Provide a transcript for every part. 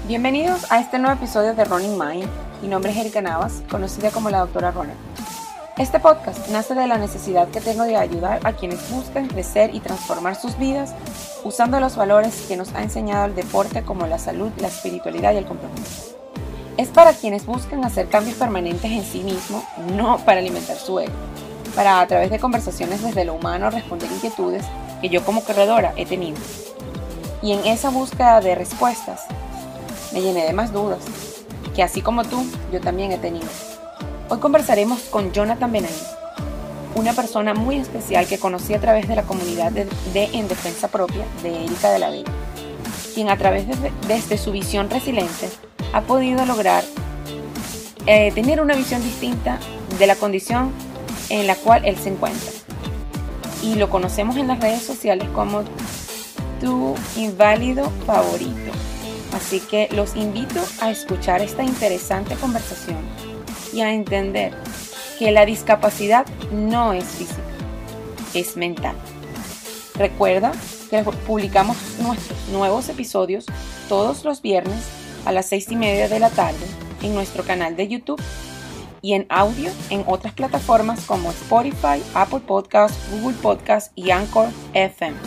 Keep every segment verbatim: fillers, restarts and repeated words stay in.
Bienvenidos a este nuevo episodio de Running Mind. Mi nombre es Erika Navas, conocida como la Doctora Runner. Este podcast nace de la necesidad que tengo de ayudar a quienes buscan crecer y transformar sus vidas usando los valores que nos ha enseñado el deporte, como la salud, la espiritualidad y el compromiso. Es para quienes buscan hacer cambios permanentes en sí mismo, no para alimentar su ego, para a través de conversaciones desde lo humano responder inquietudes que yo como corredora he tenido. Y en esa búsqueda de respuestas me llené de más dudas, que así como tú, yo también he tenido. Hoy conversaremos con Jonathan Benaim, una persona muy especial que conocí a través de la comunidad de, de En Defensa Propia de Erika de la Vega, quien a través de desde su visión resiliente ha podido lograr eh, tener una visión distinta de la condición en la cual él se encuentra. Y lo conocemos en las redes sociales como tu inválido favorito. Así que los invito a escuchar esta interesante conversación y a entender que la discapacidad no es física, es mental. Recuerda que publicamos nuestros nuevos episodios todos los viernes a las seis y media de la tarde en nuestro canal de YouTube y en audio en otras plataformas como Spotify, Apple Podcasts, Google Podcasts y Anchor F M.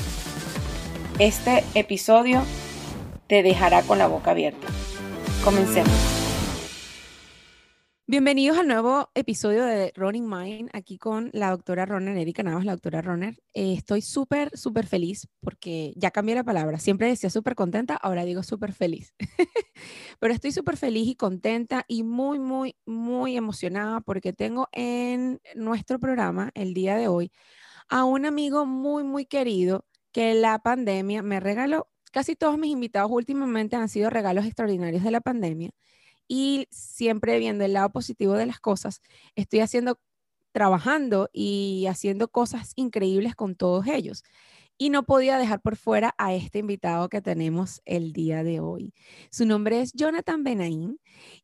Este episodio te dejará con la boca abierta. Comencemos. Bienvenidos al nuevo episodio de Running Mind, aquí con la doctora Runner, Erika Navas, la doctora Runner. Eh, estoy súper, súper feliz porque ya cambié la palabra. Siempre decía súper contenta, ahora digo súper feliz. Pero estoy súper feliz y contenta y muy, muy, muy emocionada porque tengo en nuestro programa el día de hoy a un amigo muy, muy querido que la pandemia me regaló. Casi todos mis invitados últimamente han sido regalos extraordinarios de la pandemia y siempre viendo el lado positivo de las cosas, estoy haciendo, trabajando y haciendo cosas increíbles con todos ellos. Y no podía dejar por fuera a este invitado que tenemos el día de hoy. Su nombre es Jonathan Benaim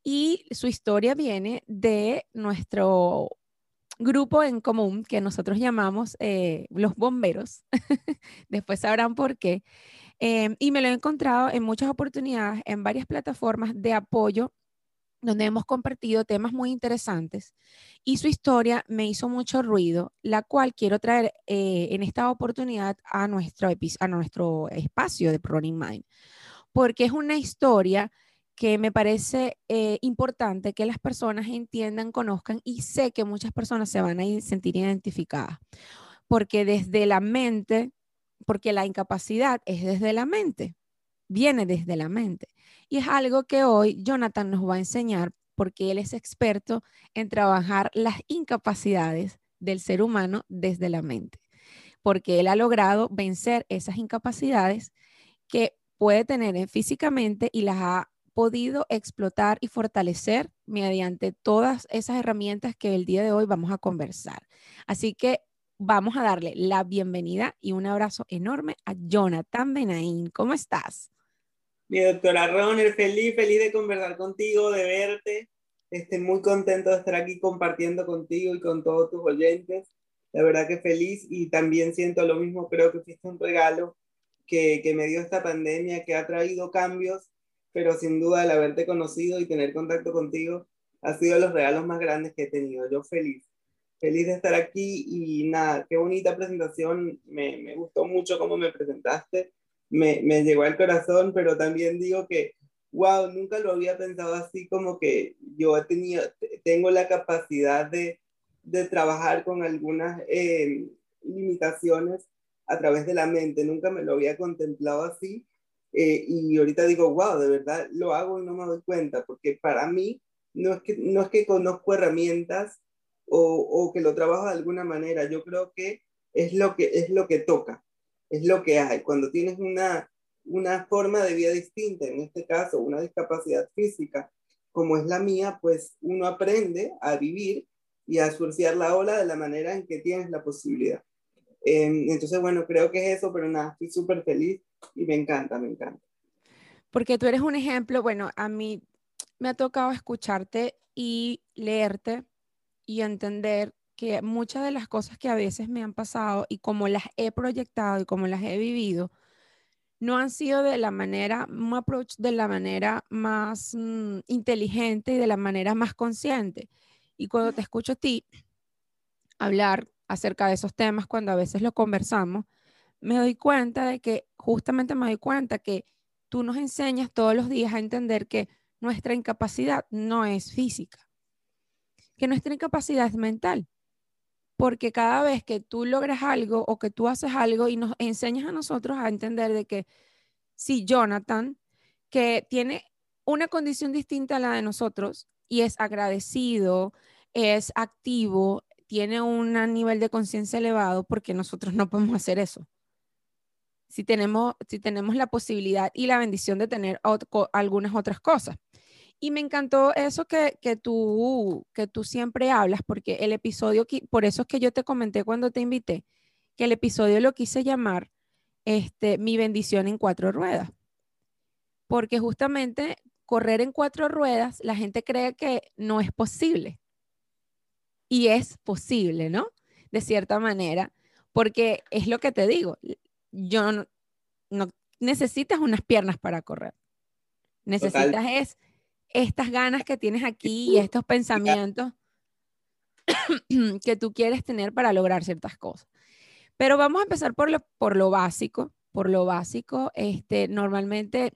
y su historia viene de nuestro grupo en común que nosotros llamamos eh, los bomberos. Después sabrán por qué. Eh, y me lo he encontrado en muchas oportunidades en varias plataformas de apoyo donde hemos compartido temas muy interesantes y su historia me hizo mucho ruido, la cual quiero traer eh, en esta oportunidad a nuestro, a nuestro espacio de Running Mind, porque es una historia que me parece eh, importante que las personas entiendan, conozcan, y sé que muchas personas se van a sentir identificadas, porque desde la mente, porque la incapacidad es desde la mente, viene desde la mente. Y es algo que hoy Jonathan nos va a enseñar porque él es experto en trabajar las incapacidades del ser humano desde la mente, porque él ha logrado vencer esas incapacidades que puede tener físicamente y las ha podido explotar y fortalecer mediante todas esas herramientas que el día de hoy vamos a conversar. Así que vamos a darle la bienvenida y un abrazo enorme a Jonathan Benaim. ¿Cómo estás? Mi doctora Roner, feliz, feliz de conversar contigo, de verte. Estoy muy contento de estar aquí compartiendo contigo y con todos tus oyentes. La verdad que feliz, y también siento lo mismo. Creo que fuiste un regalo que, que me dio esta pandemia, que ha traído cambios, pero sin duda el haberte conocido y tener contacto contigo ha sido los regalos más grandes que he tenido. Yo feliz, feliz de estar aquí. Y nada, qué bonita presentación. Me, me gustó mucho cómo me presentaste. Me, me llegó al corazón, pero también digo que, wow, nunca lo había pensado así, como que yo he tenido, tengo la capacidad de, de trabajar con algunas eh, limitaciones a través de la mente. Nunca me lo había contemplado así. Eh, y ahorita digo, wow, de verdad lo hago y no me doy cuenta, porque para mí no es que, no es que conozco herramientas o, o que lo trabajo de alguna manera. Yo creo que es lo que, es lo que toca, es lo que hay. Cuando tienes una, una forma de vida distinta, en este caso una discapacidad física como es la mía, pues uno aprende a vivir y a surfear la ola de la manera en que tienes la posibilidad. Eh, entonces, bueno, creo que es eso, pero nada, estoy súper feliz y me encanta, me encanta. Porque tú eres un ejemplo. Bueno, a mí me ha tocado escucharte y leerte y entender que muchas de las cosas que a veces me han pasado y como las he proyectado y como las he vivido, no han sido de la manera, un approach de la manera más mm, inteligente y de la manera más consciente. Y cuando te escucho a ti hablar acerca de esos temas, cuando a veces lo conversamos, me doy cuenta de que, justamente me doy cuenta que tú nos enseñas todos los días a entender que nuestra incapacidad no es física, que nuestra incapacidad es mental, porque cada vez que tú logras algo o que tú haces algo y nos enseñas a nosotros a entender de que si Jonathan, que tiene una condición distinta a la de nosotros y es agradecido, es activo, tiene un nivel de conciencia elevado, porque nosotros no podemos hacer eso. Si tenemos, si tenemos la posibilidad y la bendición de tener ot- algunas otras cosas. Y me encantó eso que, que, tú, que tú siempre hablas, porque el episodio, por eso es que yo te comenté cuando te invité, que el episodio lo quise llamar este, Mi bendición en cuatro ruedas, porque justamente correr en cuatro ruedas, la gente cree que no es posible, y es posible, ¿no? De cierta manera, porque es lo que te digo, yo no, no necesitas unas piernas para correr, Total. necesitas es estas ganas que tienes aquí y estos pensamientos que tú quieres tener para lograr ciertas cosas. Pero vamos a empezar por lo, por lo básico, por lo básico, este, normalmente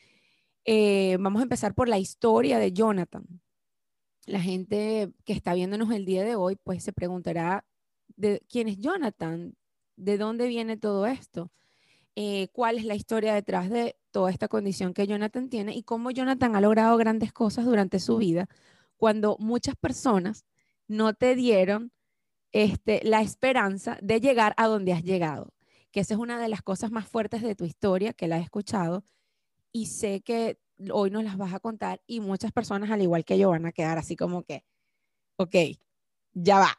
eh, vamos a empezar por la historia de Jonathan. La gente que está viéndonos el día de hoy, pues se preguntará, ¿de quién es Jonathan? ¿De dónde viene todo esto? Eh, ¿Cuál es la historia detrás de toda esta condición que Jonathan tiene y cómo Jonathan ha logrado grandes cosas durante su vida cuando muchas personas no te dieron este, la esperanza de llegar a donde has llegado? Que esa es una de las cosas más fuertes de tu historia, que la he escuchado y sé que hoy nos las vas a contar, y muchas personas, al igual que yo, van a quedar así como que, ok, ya va.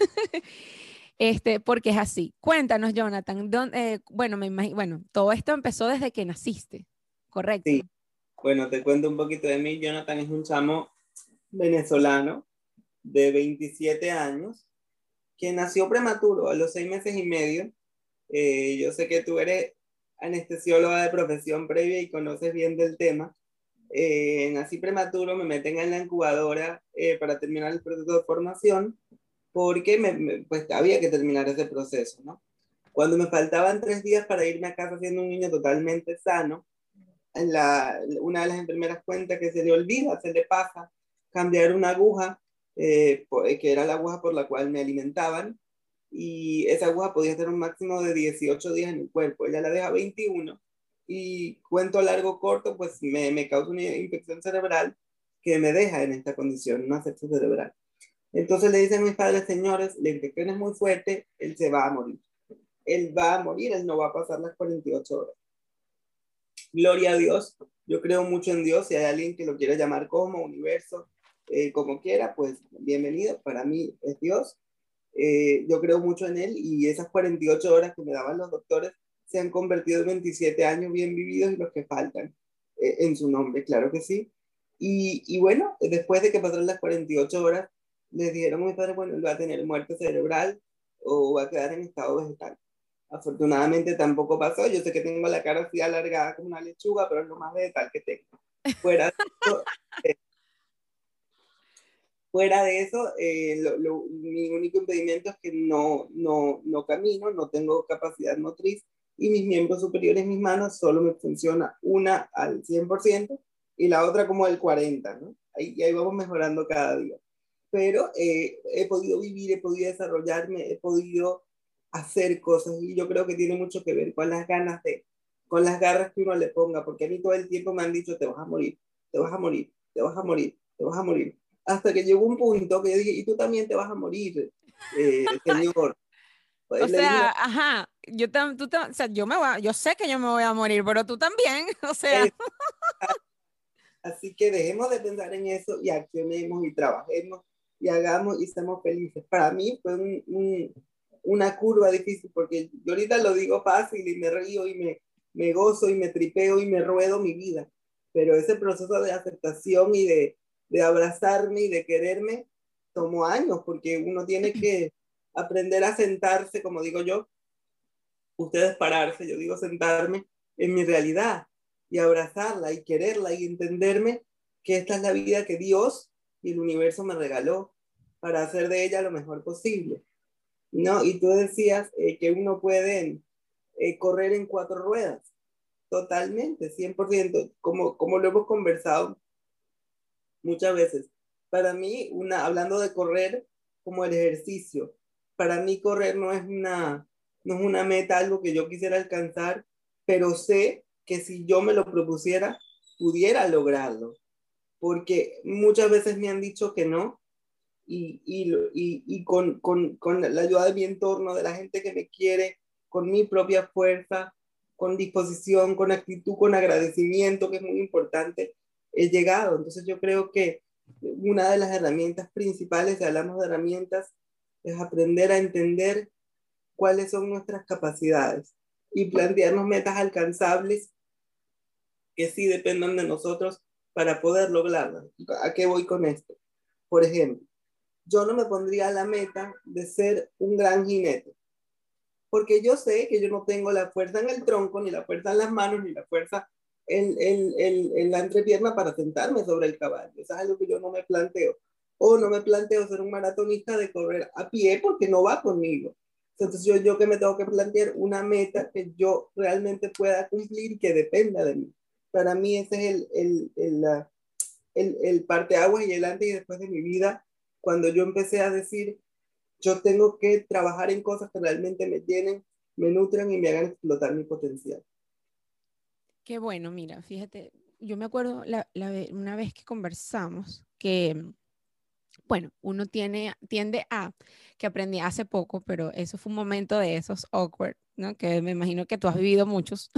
Este, porque es así. Cuéntanos, Jonathan, ¿dónde, eh, bueno, me imagino, bueno, todo esto empezó desde que naciste, ¿correcto? Sí, bueno, te cuento un poquito de mí. Jonathan es un chamo venezolano de veintisiete años que nació prematuro a los seis meses y medio. Eh, yo sé que tú eres anestesióloga de profesión previa y conoces bien del tema. Eh, nací prematuro, me meten en la incubadora eh, para terminar el proceso de formación, porque me, me, pues había que terminar ese proceso, ¿no? Cuando me faltaban tres días para irme a casa siendo un niño totalmente sano, la, una de las enfermeras cuenta que se le olvida, se le pasa cambiar una aguja, eh, que era la aguja por la cual me alimentaban, y esa aguja podía tener un máximo de dieciocho días en el cuerpo. Ella la deja veintiuno, y cuento largo corto, pues me, me causa una infección cerebral que me deja en esta condición, una sepsis cerebral. Entonces le dicen a mis padres: señores, la infección es muy fuerte, él se va a morir. Él va a morir, él no va a pasar las cuarenta y ocho horas. Gloria a Dios, yo creo mucho en Dios. Si hay alguien que lo quiera llamar como universo, eh, como quiera, pues bienvenido. Para mí es Dios. Eh, yo creo mucho en él, y esas cuarenta y ocho horas que me daban los doctores se han convertido en veintisiete años bien vividos, y los que faltan eh, en su nombre, claro que sí. Y, y bueno, después de que pasaron las cuarenta y ocho horas, les dijeron a mi padre: bueno, él va a tener muerte cerebral o va a quedar en estado vegetal. Afortunadamente tampoco pasó. Yo sé que tengo la cara así alargada como una lechuga, pero es lo más vegetal que tengo. Fuera de eso, eh, fuera de eso eh, lo, lo, mi único impedimento es que no, no, no camino, no tengo capacidad motriz, y mis miembros superiores, mis manos, solo me funciona una al cien por ciento y la otra como al cuarenta por ciento, ¿no? Ahí, ahí vamos mejorando cada día. Pero eh, he podido vivir, he podido desarrollarme, he podido hacer cosas, y yo creo que tiene mucho que ver con las ganas de, con las garras que uno le ponga, porque a mí todo el tiempo me han dicho: te vas a morir, te vas a morir, te vas a morir, te vas a morir, hasta que llegó un punto que yo dije: y tú también te vas a morir, eh, señor. O Pues le dije: sea, ajá, yo, tam, tú tam, o sea, yo, me voy a, yo sé que yo me voy a morir, pero tú también, o sea. "Eh, así que dejemos de pensar en eso y accionemos y trabajemos y hagamos y seamos felices". Para mí fue un, un, una curva difícil, porque yo ahorita lo digo fácil y me río y me, me gozo y me tripeo y me ruedo mi vida, pero ese proceso de aceptación y de, de abrazarme y de quererme tomó años, porque uno tiene que aprender a sentarse, como digo yo, ustedes pararse, yo digo sentarme, en mi realidad y abrazarla y quererla y entenderme que esta es la vida que Dios y el universo me regaló para hacer de ella lo mejor posible, ¿no? Y tú decías eh, que uno puede eh, correr en cuatro ruedas, totalmente, cien por ciento, como, como lo hemos conversado muchas veces. Para mí, una, hablando de correr como el ejercicio, para mí correr no es una, no es una meta, algo que yo quisiera alcanzar, pero sé que si yo me lo propusiera, pudiera lograrlo, porque muchas veces me han dicho que no, y, y, y, y con, con, con la ayuda de mi entorno, de la gente que me quiere, con mi propia fuerza, con disposición, con actitud, con agradecimiento, que es muy importante, he llegado. Entonces yo creo que una de las herramientas principales, si hablamos de herramientas, es aprender a entender cuáles son nuestras capacidades y plantearnos metas alcanzables que sí dependan de nosotros para poder lograrlas. ¿A qué voy con esto? Por ejemplo, yo no me pondría la meta de ser un gran jinete, porque yo sé que yo no tengo la fuerza en el tronco, ni la fuerza en las manos, ni la fuerza en, en, en, en la entrepierna para sentarme sobre el caballo. Eso es algo que yo no me planteo. O no me planteo ser un maratonista de correr a pie porque no va conmigo. Entonces yo, yo que me tengo que plantear una meta que yo realmente pueda cumplir y que dependa de mí. Para mí ese es el, el, el, la, el, el parteaguas y el antes y después de mi vida, cuando yo empecé a decir, yo tengo que trabajar en cosas que realmente me llenen, me nutran y me hagan explotar mi potencial. Qué bueno, mira, fíjate, yo me acuerdo la, la, una vez que conversamos que, bueno, uno tiene, tiende a, que aprendí hace poco, pero eso fue un momento de esos awkward, ¿no? Que me imagino que tú has vivido muchos,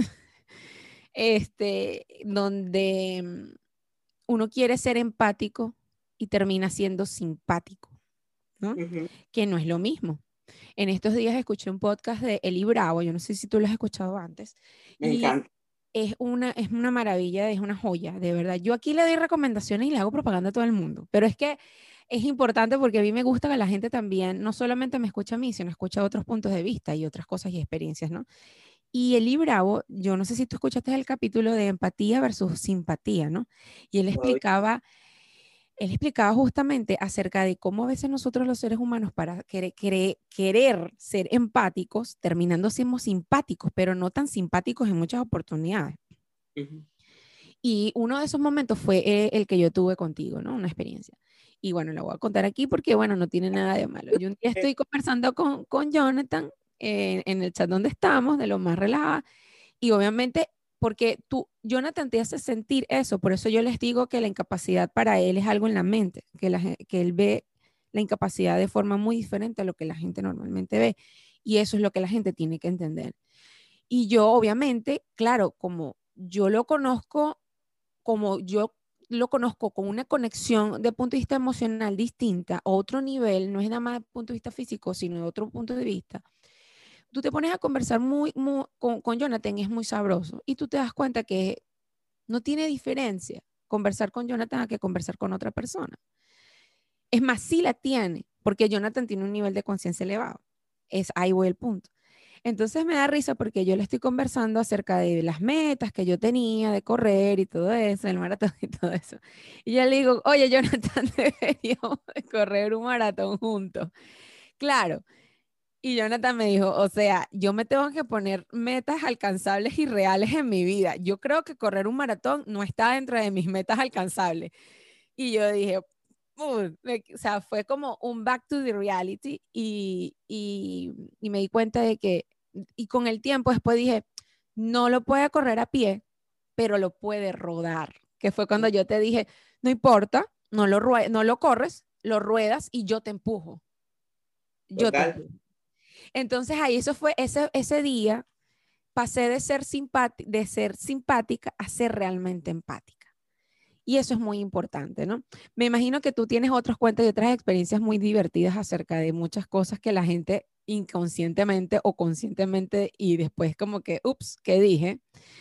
este, donde uno quiere ser empático y termina siendo simpático, ¿no? Uh-huh. Que no es lo mismo. En estos días escuché un podcast de Eli Bravo, yo no sé si tú lo has escuchado antes, Me y encanta. es una, es una maravilla, es una joya, de verdad. Yo aquí le doy recomendaciones y le hago propaganda a todo el mundo, pero es que es importante porque a mí me gusta que la gente también no solamente me escucha a mí, sino escucha otros puntos de vista y otras cosas y experiencias, ¿no? Y Eli Bravo, yo no sé si tú escuchaste el capítulo de empatía versus simpatía, ¿no? Y él explicaba él explicaba justamente acerca de cómo a veces nosotros los seres humanos para querer, querer, querer ser empáticos, terminando siendo simpáticos, pero no tan simpáticos en muchas oportunidades. Uh-huh. Y uno de esos momentos fue eh, el que yo tuve contigo, ¿no? Una experiencia. Y bueno, la voy a contar aquí porque, bueno, no tiene nada de malo. Yo un día estoy conversando con, con Jonathan eh, en el chat donde estamos, de lo más relajada, y obviamente, porque tú, Jonathan te hace sentir eso, por eso yo les digo que la incapacidad para él es algo en la mente, que, la, que él ve la incapacidad de forma muy diferente a lo que la gente normalmente ve. Y eso es lo que la gente tiene que entender. Y yo, obviamente, claro, como yo lo conozco, como yo lo conozco con una conexión de punto de vista emocional distinta, otro nivel, no es nada más de punto de vista físico, sino de otro punto de vista, tú te pones a conversar muy, muy con, con Jonathan, es muy sabroso, y tú te das cuenta que no tiene diferencia conversar con Jonathan a que conversar con otra persona. Es más, sí la tiene, porque Jonathan tiene un nivel de conciencia elevado. Es ahí voy el punto. Entonces me da risa porque yo le estoy conversando acerca de las metas que yo tenía de correr y todo eso, el maratón y todo eso. Y yo le digo, oye, Jonathan, deberíamos de correr un maratón juntos. Claro. Y Jonathan me dijo, o sea, yo me tengo que poner metas alcanzables y reales en mi vida. Yo creo que correr un maratón no está dentro de mis metas alcanzables. Y yo dije, "Uh", me- o sea, fue como un back to the reality y, y, y me di cuenta de que, y con el tiempo después dije, no lo puede correr a pie, pero lo puede rodar, que fue cuando yo te dije, no importa, no lo, rue- no lo corres, lo ruedas y yo te empujo. Yo te Total. empujo. Entonces ahí eso fue, ese, ese día pasé de ser, de ser simpática a ser realmente empática. Y eso es muy importante, ¿no? Me imagino que tú tienes otros cuentos y otras experiencias muy divertidas acerca de muchas cosas que la gente inconscientemente o conscientemente y después como que, ups, ¿qué dije?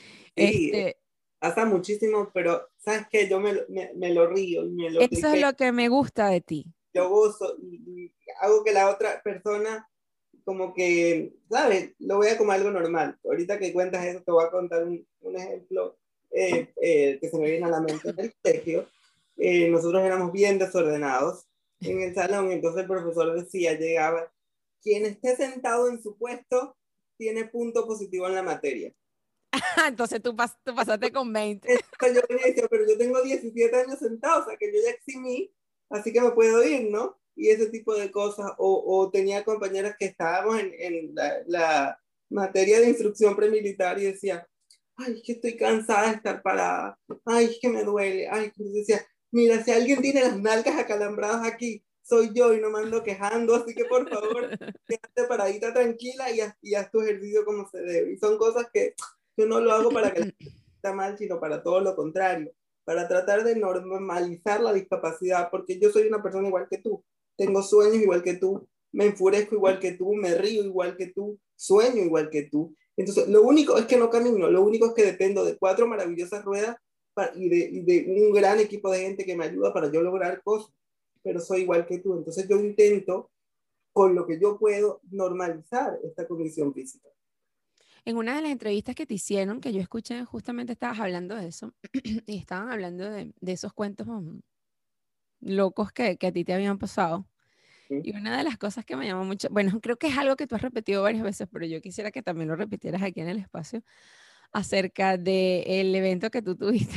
Sí, Este, pasa muchísimo, pero ¿sabes qué? Yo me, me, me lo río y me lo eso es tripeo, lo que me gusta de ti. lo gozo y, y hago que la otra persona como que, ¿sabes? Lo vea como algo normal. Ahorita que cuentas eso, te voy a contar un, un ejemplo eh, eh, que se me viene a la mente. En el colegio, eh, nosotros éramos bien desordenados en el salón, entonces el profesor decía, llegaba, quien esté sentado en su puesto tiene punto positivo en la materia. Entonces tú, pas tú pasaste con veinte. Entonces yo venía y decía, pero yo tengo diecisiete años sentado, o sea que yo ya eximí, así que me puedo ir, ¿no? Y ese tipo de cosas. O, o tenía compañeras que estábamos en, en la, la materia de instrucción premilitar y decía, ay, que estoy cansada de estar parada, ay, que me duele, ay, entonces decía, mira, si alguien tiene las nalgas acalambradas aquí, soy yo y no me ando quejando, así que por favor, quédate paradita tranquila y haz, y haz tu ejercicio como se debe. Y son cosas que yo no lo hago para que la gente esté mal, sino para todo lo contrario, para tratar de normalizar la discapacidad, porque yo soy una persona igual que tú, tengo sueños igual que tú, me enfurezco igual que tú, me río igual que tú, sueño igual que tú. Entonces, lo único es que no camino, lo único es que dependo de cuatro maravillosas ruedas para, y, de, y de un gran equipo de gente que me ayuda para yo lograr cosas, pero soy igual que tú. Entonces yo intento, con lo que yo puedo, normalizar esta condición física. En una de las entrevistas que te hicieron, que yo escuché, justamente estabas hablando de eso, y estaban hablando de, de esos cuentos um, locos que, que a ti te habían pasado. ¿Sí? Y una de las cosas que me llamó mucho, bueno, creo que es algo que tú has repetido varias veces, pero yo quisiera que también lo repitieras aquí en el espacio, acerca del evento que tú tuviste,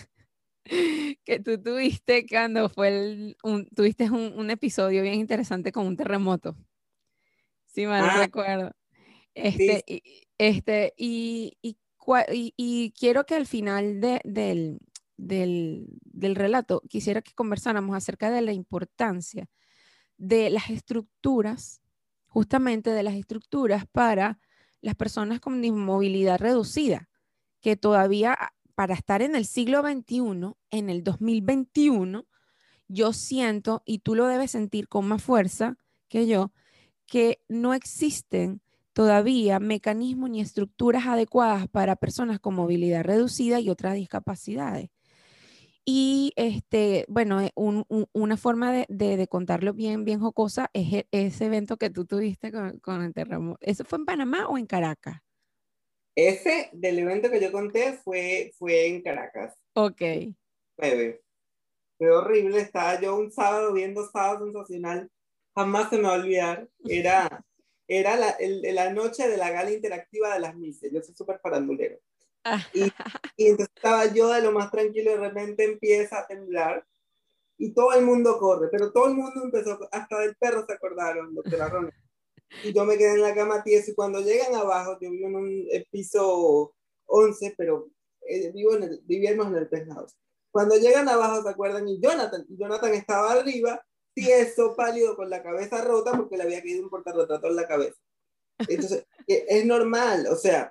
que tú tuviste cuando fue el, un, tuviste un, un episodio bien interesante con un terremoto, si mal no Ah, recuerdo. sí, Este, y, este, y, y, cua- y- y quiero que al final de- del, del, del relato quisiera que conversáramos acerca de la importancia de las estructuras, justamente de las estructuras para las personas con movilidad reducida, que todavía a- para estar en el siglo veintiuno, en el dos mil veintiuno, yo siento, y tú lo debes sentir con más fuerza que yo, que no existen todavía mecanismos ni estructuras adecuadas para personas con movilidad reducida y otras discapacidades. Y este, bueno, eh, un- un- una forma de, de- de contarlo bien, bien jocosa es e- ese evento que tú tuviste con, con el terremoto. ¿Eso fue en Panamá o en Caracas? ese del evento que yo conté fue, fue en Caracas, Ok. nueve. Fue horrible, estaba yo un sábado viendo Sábado Sensacional, jamás se me va a olvidar, era, era la, el, la noche de la gala interactiva de las Misses, yo soy súper farandulero. Y, y entonces estaba yo de lo más tranquilo, de repente empieza a temblar y todo el mundo corre, pero todo el mundo empezó, hasta del perro se acordaron, doctora Ronald. Y yo me quedé en la cama tieso y cuando llegan abajo, yo vivo en un eh, piso once, pero eh, vivo en el, vivíamos en el penthouse. Cuando llegan abajo, ¿se acuerdan? Y Jonathan, y Jonathan estaba arriba, tieso, pálido, con la cabeza rota porque le había caído un portarretrato en la cabeza. Entonces, eh, es normal, o sea,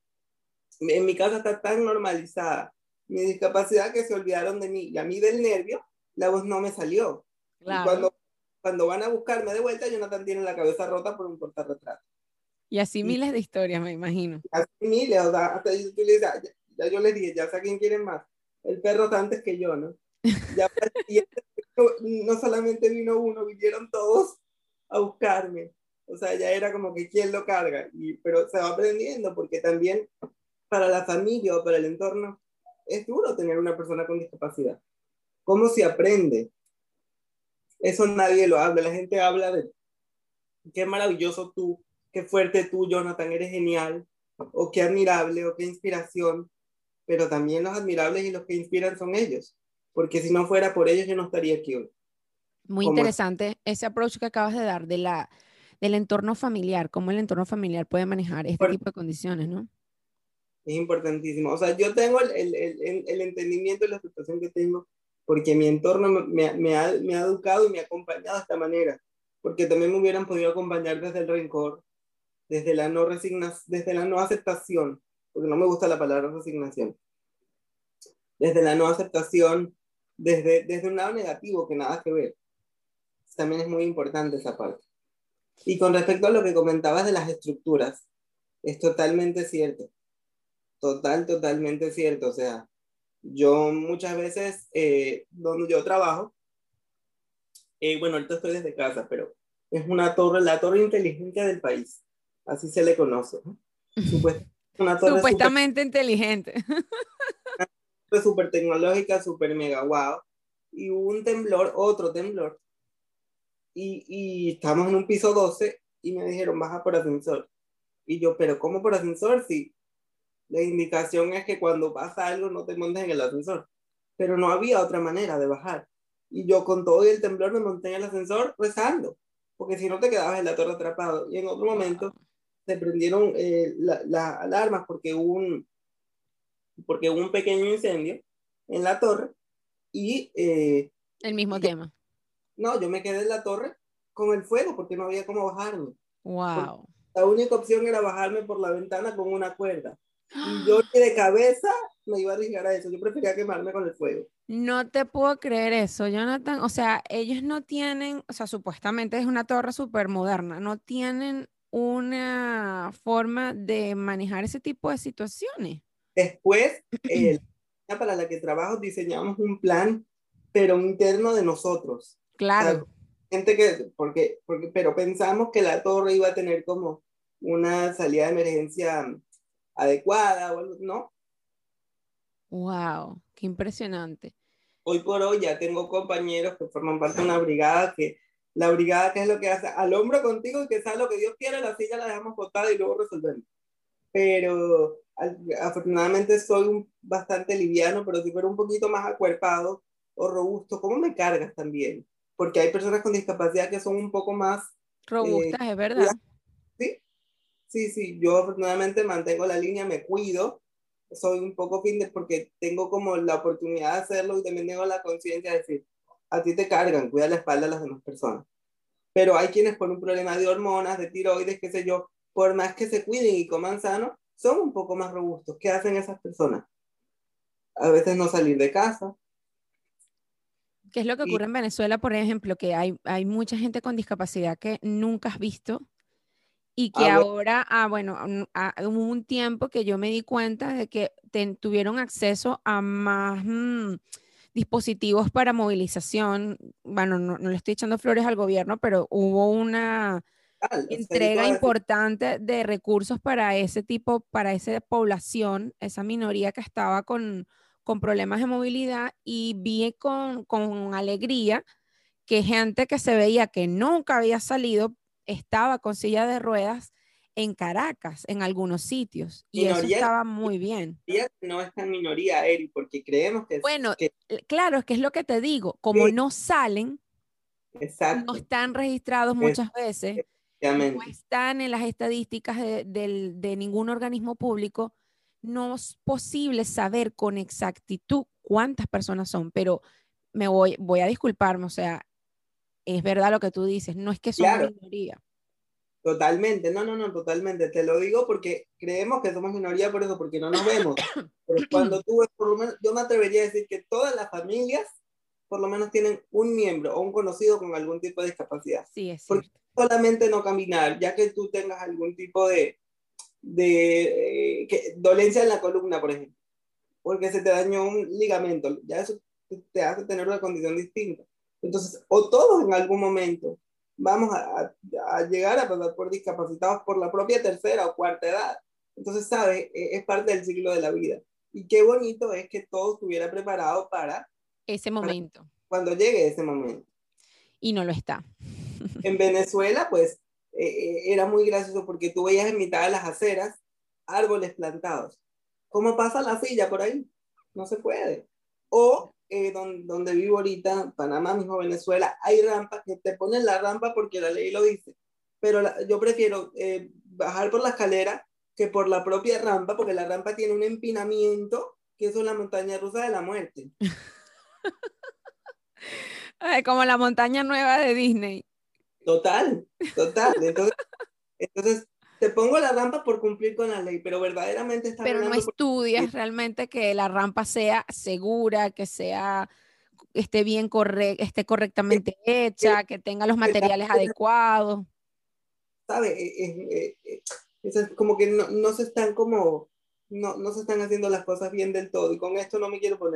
en mi casa está tan normalizada mi discapacidad que se olvidaron de mí y a mí del nervio la voz no me salió. Y Claro. cuando, cuando van a buscarme de vuelta, Jonathan tiene la cabeza rota por un portarretrato. Y así Y miles de historias, me imagino. así miles, o sea, hasta yo, tú le dices, ya, ya yo les dije, ya sé a quién quieren más. El perro está antes que yo, ¿no? Ya para el siguiente, no solamente vino uno, vinieron todos a buscarme. O sea, ya era como que quién lo carga. Y, pero se va aprendiendo porque también para la familia o para el entorno es duro tener una persona con discapacidad. ¿Cómo se aprende? Eso nadie lo habla. La gente habla de qué maravilloso tú, qué fuerte tú, Jonathan, eres genial, o qué admirable, o qué inspiración, pero también los admirables y los que inspiran son ellos, porque si no fuera por ellos yo no estaría aquí hoy. Muy Como es, interesante ese approach que acabas de dar de la, del entorno familiar, cómo el entorno familiar puede manejar este tipo de condiciones, ¿no? es importantísimo. O sea, yo tengo el, el, el, el entendimiento y la situación que tengo porque mi entorno me, me, ha, me ha educado y me ha acompañado de esta manera, porque también me hubieran podido acompañar desde el rencor, desde la no resignación, desde la no aceptación, porque no me gusta la palabra resignación, desde la no aceptación, desde, desde un lado negativo que nada que ver. También es muy importante esa parte. Y con respecto a lo que comentabas de las estructuras, es totalmente cierto, total, totalmente cierto. O sea, yo muchas veces, eh, donde yo trabajo, eh, bueno, ahorita estoy desde casa, pero Es una torre, la torre inteligente del país, así se le conoce, ¿no? Supuestamente una torre súper Supuestamente inteligente. super tecnológica, súper mega wow. Y hubo un temblor, otro temblor, y, y estábamos en un piso doce y me dijeron, baja por ascensor. Y yo, pero ¿cómo por ascensor? Si la indicación es que cuando pasa algo no te montes en el ascensor. Pero no había otra manera de bajar. Y yo con todo y el temblor me monté en el ascensor rezando, porque si no te quedabas en la torre atrapado. Y en otro Wow. momento se prendieron eh, las la alarmas porque hubo, un, porque hubo un pequeño incendio en la torre y, eh, El mismo y yo, tema. no, yo me quedé en la torre con el fuego porque no había cómo bajarme. Porque Wow. la única opción era bajarme por la ventana con una cuerda. Y yo ni de cabeza me iba a arriesgar a eso. Yo prefería quemarme con el fuego. No te puedo creer eso, Jonathan. O sea, ellos no tienen, o sea, supuestamente es una torre súper moderna, no tienen una forma de manejar ese tipo de situaciones. Después, eh, la para la que trabajo, diseñamos un plan, pero interno de nosotros. O sea, Claro. gente que, porque, porque, pero pensamos que la torre iba a tener como una salida de emergencia adecuada o algo, ¿no? Wow, qué impresionante. Hoy por hoy ya tengo compañeros que forman parte de una brigada que, la brigada, ¿qué es lo que hace? Al hombro contigo y que sea lo que Dios quiera, la silla la dejamos botada y luego resolvemos. Pero al, afortunadamente soy un, bastante liviano, pero si fuera un poquito más acuerpado o robusto, ¿cómo me cargas también? Porque hay personas con discapacidad que son un poco más... Eh, Robustas, es verdad. sí, sí, sí, yo afortunadamente mantengo la línea, me cuido, soy un poco fitness porque tengo como la oportunidad de hacerlo y también tengo la conciencia de decir, a ti te cargan, cuida la espalda de las demás personas. Pero hay quienes por un problema de hormonas, de tiroides, qué sé yo, por más que se cuiden y coman sano, son un poco más robustos. ¿Qué hacen esas personas? A veces no salir de casa. ¿Qué es lo que Y, ocurre en Venezuela, por ejemplo? Que hay, hay mucha gente con discapacidad que nunca has visto y que ah, bueno, ahora, ah, bueno, un- ah, hubo un tiempo que yo me di cuenta de que ten- tuvieron acceso a más mm, dispositivos para movilización. Bueno, no, no le estoy echando flores al gobierno, pero hubo una tal, o sea, yo te entrega voy a decir, importante de recursos para ese tipo, para esa población, esa minoría que estaba con, con problemas de movilidad y vi con, con alegría que gente que se veía que nunca había salido estaba con silla de ruedas en Caracas, en algunos sitios, y eso minoría, estaba muy bien. minoría no es tan minoría, Eri, porque creemos que, Bueno, que eh, claro, es que es lo que te digo, como sí, no salen, no exacto, están registrados muchas veces, no efectivamente. están en las estadísticas de, del- de ningún organismo público, no es posible saber con exactitud cuántas personas son, pero me voy, voy a disculparme, o sea, es verdad lo que tú dices, no es que son Claro, minoría. totalmente, no, no, no, totalmente. Te lo digo porque creemos que somos minoría por eso, porque no nos vemos. Pero cuando tú ves, por lo menos, yo me atrevería a decir que todas las familias por lo menos tienen un miembro o un conocido con algún tipo de discapacidad. Sí, es Porque cierto. solamente no caminar, ya que tú tengas algún tipo de, de eh, que, dolencia en la columna, por ejemplo, porque se te dañó un ligamento, ya eso te hace tener una condición distinta. Entonces, o todos en algún momento vamos a, a, a llegar a pasar por discapacitados por la propia tercera o cuarta edad. Entonces, ¿sabes? Es parte del ciclo de la vida. Y qué bonito es que todo estuviera preparado para, Ese para momento. cuando llegue ese momento. Y no lo está. En Venezuela, pues, eh, eh, era muy gracioso porque tú veías en mitad de las aceras árboles plantados. ¿Cómo pasa la silla por ahí? No se puede. O eh, don, donde vivo ahorita, Panamá, mismo Venezuela, hay rampas que te ponen la rampa porque la ley lo dice. Pero la, yo prefiero eh, bajar por la escalera que por la propia rampa, porque la rampa tiene un empinamiento que eso es la montaña rusa de la muerte. Ay, como la montaña nueva de Disney. Total, total. Entonces, Entonces, te pongo la rampa por cumplir con la ley, pero verdaderamente estás Pero no velando por... estudias realmente que la rampa sea segura, que sea, esté bien corre, esté correctamente hecha, que tenga los materiales adecuados. ¿Sabes? Es como que no, no se están como, no, no se están haciendo las cosas bien del todo. Y con esto no me quiero poner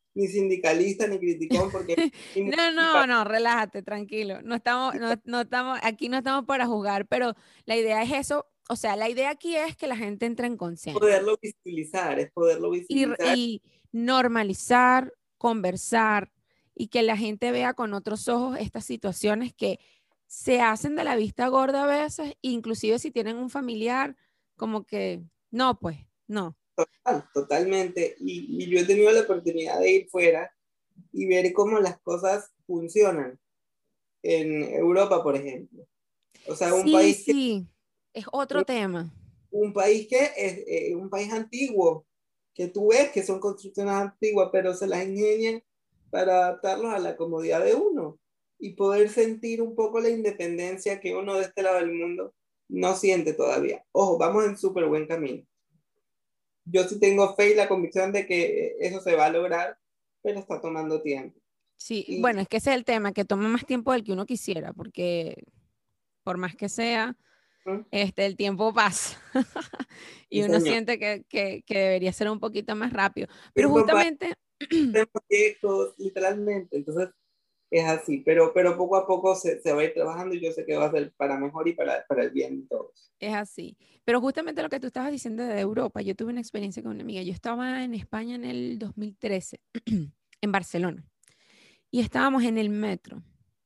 ni sindicalista, ni criticón, porque... No, no, no, relájate, tranquilo. No estamos, no, no estamos, aquí no estamos para juzgar, pero la idea es eso. O sea, la idea aquí es que la gente entre en conciencia poderlo visibilizar, es poderlo y, visibilizar. y normalizar, conversar y que la gente vea con otros ojos estas situaciones que se hacen de la vista gorda a veces, inclusive si tienen un familiar, como que no, pues, no. Total, totalmente. Y, y yo he tenido la oportunidad de ir fuera y ver cómo las cosas funcionan en Europa, por ejemplo. O sea, un Sí, país que, sí, es otro tema. un país que es eh, un país antiguo, que tú ves que son construcciones antiguas, pero se las ingenian para adaptarlos a la comodidad de uno y poder sentir un poco la independencia que uno de este lado del mundo no siente todavía. Ojo, vamos en súper buen camino. Yo sí tengo fe y la convicción de que eso se va a lograr, pero está tomando tiempo. Sí, Y bueno, es que ese es el tema, que toma más tiempo del que uno quisiera, porque por más que sea, ¿no? este, el tiempo pasa y Sí, uno señor. siente que, que, que debería ser un poquito más rápido. Pero Tiempo para justamente, proyectos, literalmente. Entonces, es así, pero, pero poco a poco se, se va a ir trabajando y yo sé que va a ser para mejor y para, para el bien de todos. es así. Pero justamente lo que tú estabas diciendo de Europa, yo tuve una experiencia con una amiga. Yo estaba en España en el dos mil trece, en Barcelona, y estábamos en el metro.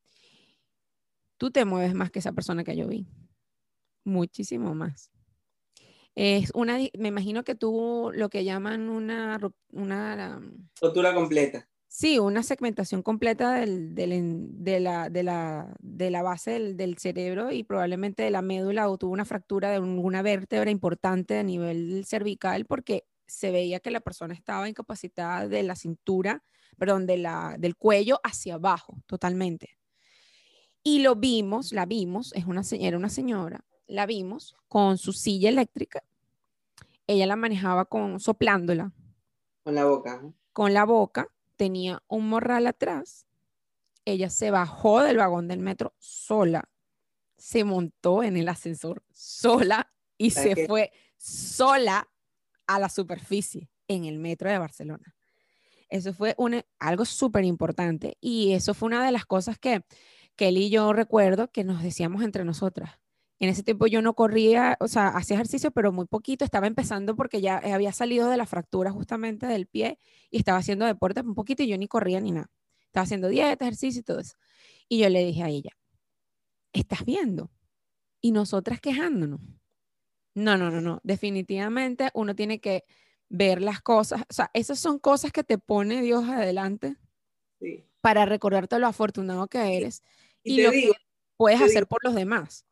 Tú te mueves más que esa persona que yo vi, muchísimo más. Es una, di- me imagino que tú lo que llaman una, rup- una, um, Rotura completa. sí, una segmentación completa del, del en- de la, de la, de la base del, del cerebro y probablemente de la médula o tuvo una fractura de alguna vértebra importante a nivel cervical porque se veía que la persona estaba incapacitada de la cintura, perdón, de la, del cuello hacia abajo, totalmente. Y lo vimos, la vimos, es una, se- era una señora, la vimos con su silla eléctrica. Ella la manejaba con soplándola Con la boca. ¿No? con la boca, tenía un morral atrás. Ella se bajó del vagón del metro sola, se montó en el ascensor sola y ¿Sabes se qué? fue sola a la superficie en el metro de Barcelona. Eso fue un, algo súper importante y eso fue una de las cosas que, que él y yo recuerdo que nos decíamos entre nosotras. En ese tiempo yo no corría, o sea, hacía ejercicio, pero muy poquito. Estaba empezando porque ya había salido de la fractura justamente del pie y estaba haciendo deporte un poquito y yo ni corría ni nada. Estaba haciendo dieta, ejercicio y todo eso. Y yo le dije a ella, ¿estás viendo? Y nosotras quejándonos. No, no, no, no. Definitivamente uno tiene que ver las cosas. O sea, esas son cosas que te pone Dios adelante Sí. para recordarte lo afortunado que Y, eres y y te lo digo, que puedes te digo, hacer por los demás.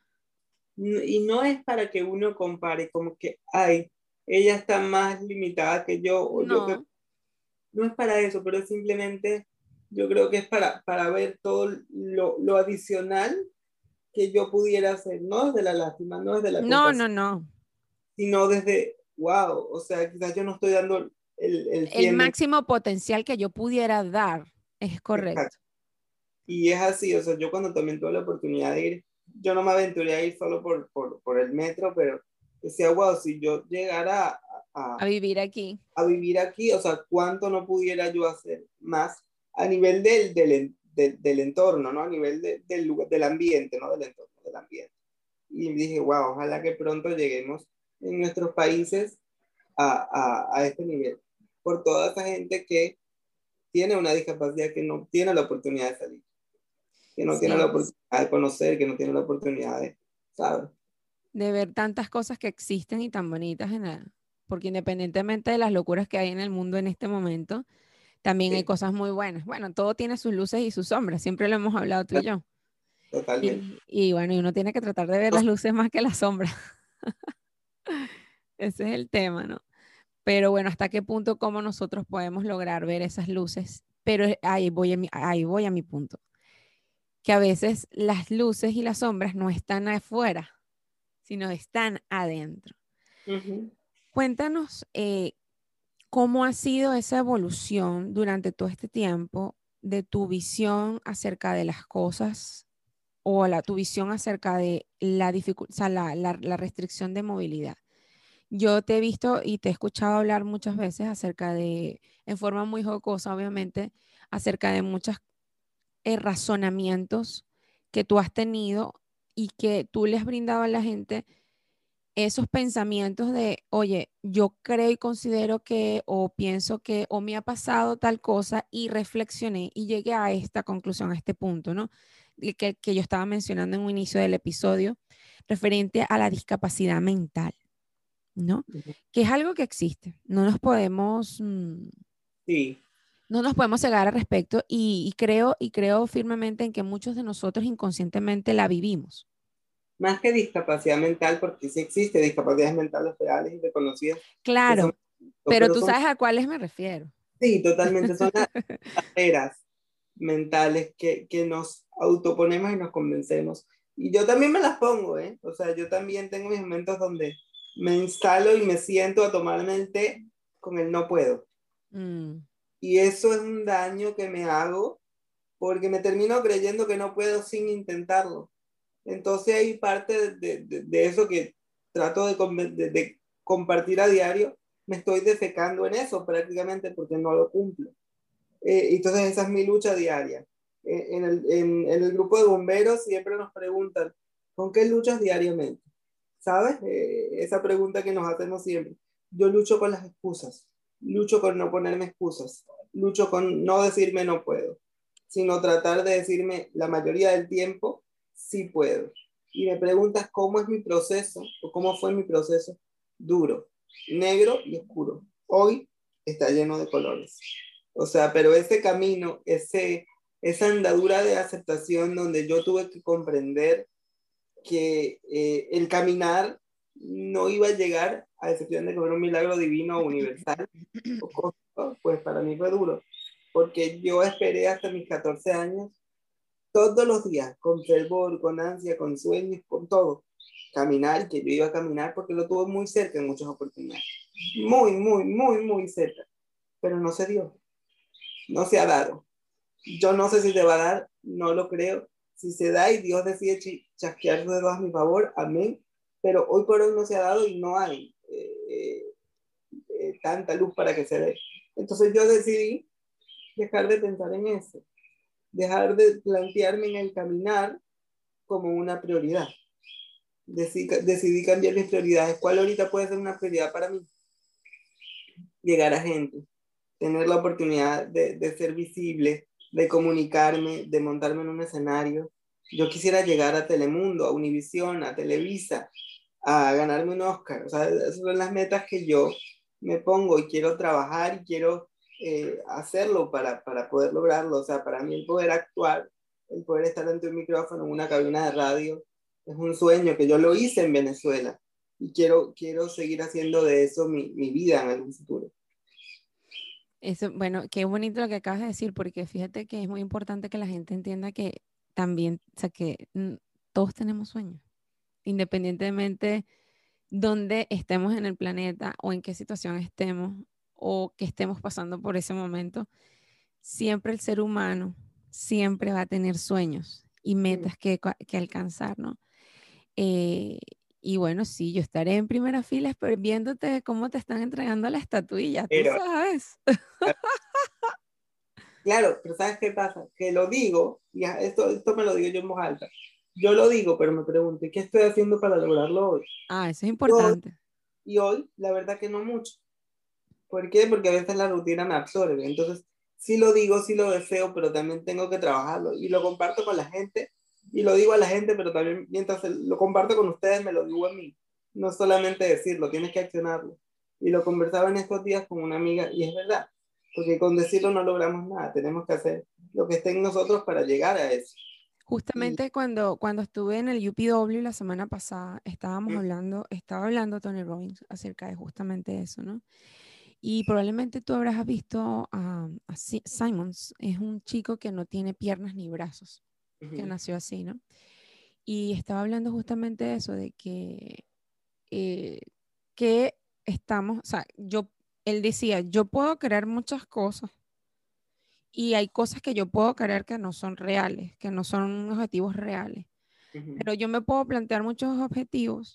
y no es para que uno compare como que, ay, ella está más limitada que yo, o yo que No, no es para eso, pero es simplemente, yo creo que es para, para ver todo lo, lo adicional que yo pudiera hacer, no desde la lástima, no desde la no, no, compasión, no. sino desde, wow, o sea, quizás yo no estoy dando el, el El cien de... máximo potencial que yo pudiera dar es correcto. Y es así, o sea, yo cuando también tuve la oportunidad de ir, yo no me aventuré a ir solo por, por, por el metro, pero decía, wow, si yo llegara a, A a, vivir aquí. a vivir aquí, o sea, cuánto no pudiera yo hacer más a nivel del, del, del, del entorno, ¿no? A nivel de, del, lugar, del ambiente, ¿no? Del entorno, del ambiente. Y dije, wow, ojalá que pronto lleguemos en nuestros países a, a, a este nivel. Por toda esa gente que tiene una discapacidad, que no tiene la oportunidad de salir, que no tiene la Sí, oportunidad de conocer, que no tiene la oportunidad de, ¿sabes? de ver tantas cosas que existen y tan bonitas en la, porque independientemente de las locuras que hay en el mundo en este momento, también hay Sí, cosas muy buenas. Bueno, todo tiene sus luces y sus sombras, siempre lo hemos hablado tú y yo. totalmente. Y, y bueno, y uno tiene que tratar de ver las luces más que las sombras. Ese es el tema, ¿no? Pero bueno, ¿hasta qué punto cómo nosotros podemos lograr ver esas luces? Pero ahí voy a mi, ahí voy a mi punto, que a veces las luces y las sombras no están afuera, sino están adentro. Uh -huh. Cuéntanos eh, cómo ha sido esa evolución durante todo este tiempo de tu visión acerca de las cosas o la, tu visión acerca de la, dificu- o sea, la, la, la restricción de movilidad. yo te he visto y te he escuchado hablar muchas veces acerca de, en forma muy jocosa, obviamente, acerca de muchos razonamientos que tú has tenido y que tú le has brindado a la gente esos pensamientos de, oye, yo creo y considero que, o pienso que, o me ha pasado tal cosa y reflexioné y llegué a esta conclusión, a este punto, ¿no? Y Que, que yo estaba mencionando en un inicio del episodio, referente a la discapacidad mental, ¿no? Que es algo que existe. No nos podemos, mm, Sí, no nos podemos cegar al respecto y, y creo, y creo firmemente en que muchos de nosotros inconscientemente la vivimos. más que discapacidad mental, porque sí existe discapacidades mentales reales y reconocidas, que son, Claro, pero pero tú son, sabes a cuáles me refiero. sí, totalmente, son las barreras mentales que, que nos autoponemos y nos convencemos. Y yo también me las pongo, ¿eh? O sea, yo también tengo mis momentos donde me instalo y me siento a tomarme el té con el no puedo. Mm. Y eso es un daño que me hago porque me termino creyendo que no puedo sin intentarlo. Entonces hay parte de, de, de eso que trato de, de, de compartir a diario, me estoy defecando en eso prácticamente porque no lo cumplo. Eh, entonces esa es mi lucha diaria. Eh, en, el, en, en, el grupo de bomberos siempre nos preguntan, ¿con qué luchas diariamente? ¿Sabes? Eh, esa pregunta que nos hacemos siempre. Yo lucho con las excusas, lucho con no ponerme excusas, lucho con no decirme no puedo, sino tratar de decirme la mayoría del tiempo sí puedo. Y me preguntas cómo es mi proceso o cómo fue mi proceso. Duro, negro y oscuro. Hoy está lleno de colores. O sea, pero ese camino, ese, esa andadura de aceptación donde yo tuve que comprender que eh, el caminar no iba a llegar, a excepción de que fuera un milagro divino universal, pues para mí fue duro, porque yo esperé hasta mis catorce años, todos los días, con fervor, con ansia, con sueños, con todo, caminar, que yo iba a caminar, porque lo tuve muy cerca en muchas oportunidades, muy, muy, muy, muy cerca, pero no se dio, no se ha dado. Yo no sé si te va a dar, no lo creo. Si se da y Dios decide ch chasquear sus dedos a mi favor, amén. Pero hoy por hoy no se ha dado y no hay eh, eh, eh, tanta luz para que se dé. Entonces yo decidí dejar de pensar en eso, dejar de plantearme en el caminar como una prioridad. Decidí, decidí cambiar mis prioridades. ¿Cuál ahorita puede ser una prioridad para mí? Llegar a gente, tener la oportunidad de, de ser visible, de comunicarme, de montarme en un escenario. Yo quisiera llegar a Telemundo, a Univisión, a Televisa, a ganarme un Oscar. O sea, esas son las metas que yo me pongo y quiero trabajar y quiero eh, hacerlo para, para poder lograrlo. O sea, para mí el poder actuar, el poder estar ante un micrófono en una cabina de radio, es un sueño que yo lo hice en Venezuela y quiero, quiero seguir haciendo de eso mi, mi vida en algún futuro. Eso, bueno, qué bonito lo que acabas de decir, porque fíjate que es muy importante que la gente entienda que también, o sea, que mm, todos tenemos sueños, independientemente donde estemos en el planeta o en qué situación estemos o que estemos pasando por ese momento, siempre el ser humano siempre va a tener sueños y metas que, que alcanzar, ¿no? Eh, y bueno, sí, yo estaré en primera fila esper- viéndote cómo te están entregando la estatuilla, tú Pero sabes. claro, pero ¿sabes qué pasa? Que lo digo, y esto, esto me lo digo yo en voz alta. Yo lo digo, pero me pregunto, ¿y qué estoy haciendo para lograrlo hoy? Ah, eso es Y hoy, importante. y hoy, la verdad que no mucho. ¿Por qué? Porque a veces la rutina me absorbe. Entonces, sí lo digo, sí lo deseo, pero también tengo que trabajarlo. Y lo comparto con la gente, y lo digo a la gente, pero también mientras lo comparto con ustedes, me lo digo a mí. No solamente decirlo, tienes que accionarlo. Y lo conversaba en estos días con una amiga, y es verdad, porque con decirlo no logramos nada, tenemos que hacer lo que esté en nosotros para llegar a eso. Y, Justamente cuando, cuando estuve en el U P W la semana pasada, estábamos hablando, estaba hablando Tony Robbins acerca de justamente eso, ¿no? Y probablemente tú habrás visto a, a Si- Simons, es un chico que no tiene piernas ni brazos, que uh-huh. nació así, ¿no? Y estaba hablando justamente de eso, de que, eh, que estamos, o sea, yo, él decía, yo puedo crear muchas cosas y hay cosas que yo puedo creer que no son reales, que no son objetivos reales, Uh-huh. pero yo me puedo plantear muchos objetivos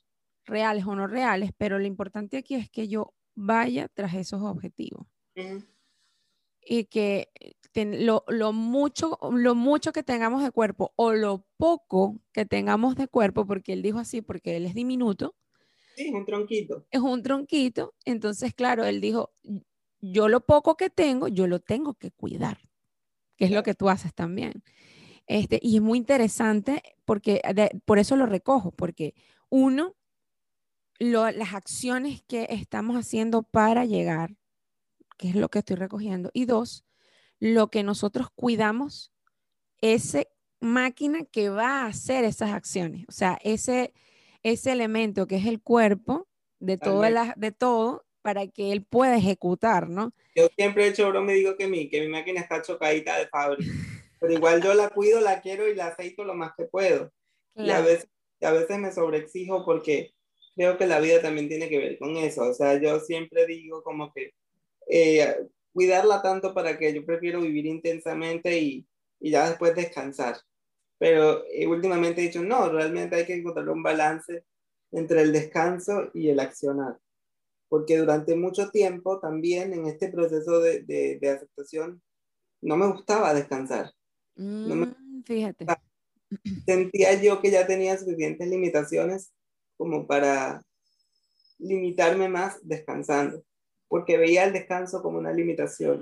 reales o no reales, pero lo importante aquí es que yo vaya tras esos objetivos. Ujú. Y que ten- lo, lo mucho, lo mucho que tengamos de cuerpo o lo poco que tengamos de cuerpo, porque él dijo así, porque él es diminuto, Sí, un tronquito. es un tronquito, entonces claro, él dijo, yo lo poco que tengo, yo lo tengo que cuidar, que es lo Claro. que tú haces también. Este, y es muy interesante porque de- por eso lo recojo, porque uno, lo- las acciones que estamos haciendo para llegar, que es lo que estoy recogiendo, y dos, lo que nosotros cuidamos, ese máquina que va a hacer esas acciones, o sea, ese, ese elemento que es el cuerpo de todo, Totalmente. la, de todo para que él pueda ejecutar, ¿no? Yo siempre he hecho broma y digo que mi, que mi máquina está chocadita de fábrica, pero igual yo la cuido, la quiero y la aceito lo más que puedo. Y a Claro. veces, a veces me sobreexijo porque creo que la vida también tiene que ver con eso. O sea, yo siempre digo como que eh, cuidarla tanto para que yo prefiero vivir intensamente y, y ya después descansar. Pero eh, últimamente he dicho, no, realmente hay que encontrar un balance entre el descanso y el accionar. Porque durante mucho tiempo también en este proceso de, de, de aceptación no me gustaba descansar. No me Mm, fíjate. sentía yo que ya tenía suficientes limitaciones como para limitarme más descansando, porque veía el descanso como una limitación.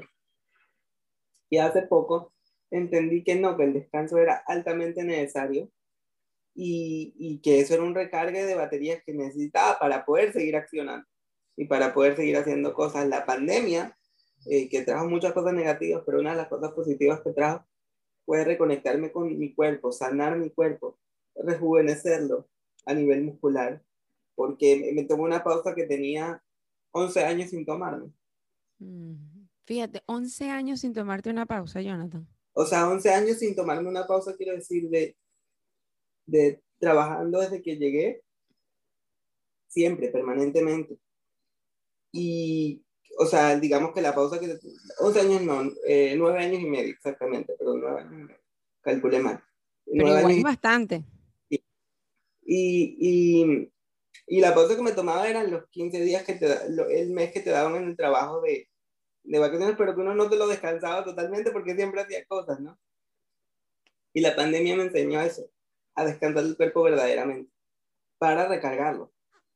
Y hace poco entendí que no, que el descanso era altamente necesario y, y que eso era un recargue de baterías que necesitaba para poder seguir accionando y para poder seguir haciendo cosas. La pandemia, eh, que trajo muchas cosas negativas, pero una de las cosas positivas que trajo fue reconectarme con mi cuerpo, sanar mi cuerpo, rejuvenecerlo a nivel muscular, porque me, me tomó una pausa que tenía once años sin tomarme. Mm, fíjate, once años sin tomarte una pausa, Jonathan. O sea, once años sin tomarme una pausa, quiero decir, de, de trabajando desde que llegué, siempre, permanentemente. Y, o sea, digamos que la pausa que... once años no, eh, nueve años y medio, exactamente, perdón, nueve años y medio. Calculé mal. Pero Nueve igual años es y bastante. Y, y, y la pausa que me tomaba eran los quince días que te da, lo- el mes que te daban en el trabajo de, de vacaciones, pero que uno no te lo descansaba totalmente porque siempre hacía cosas, ¿no? Y la pandemia me enseñó eso, a descansar el cuerpo verdaderamente, para recargarlo.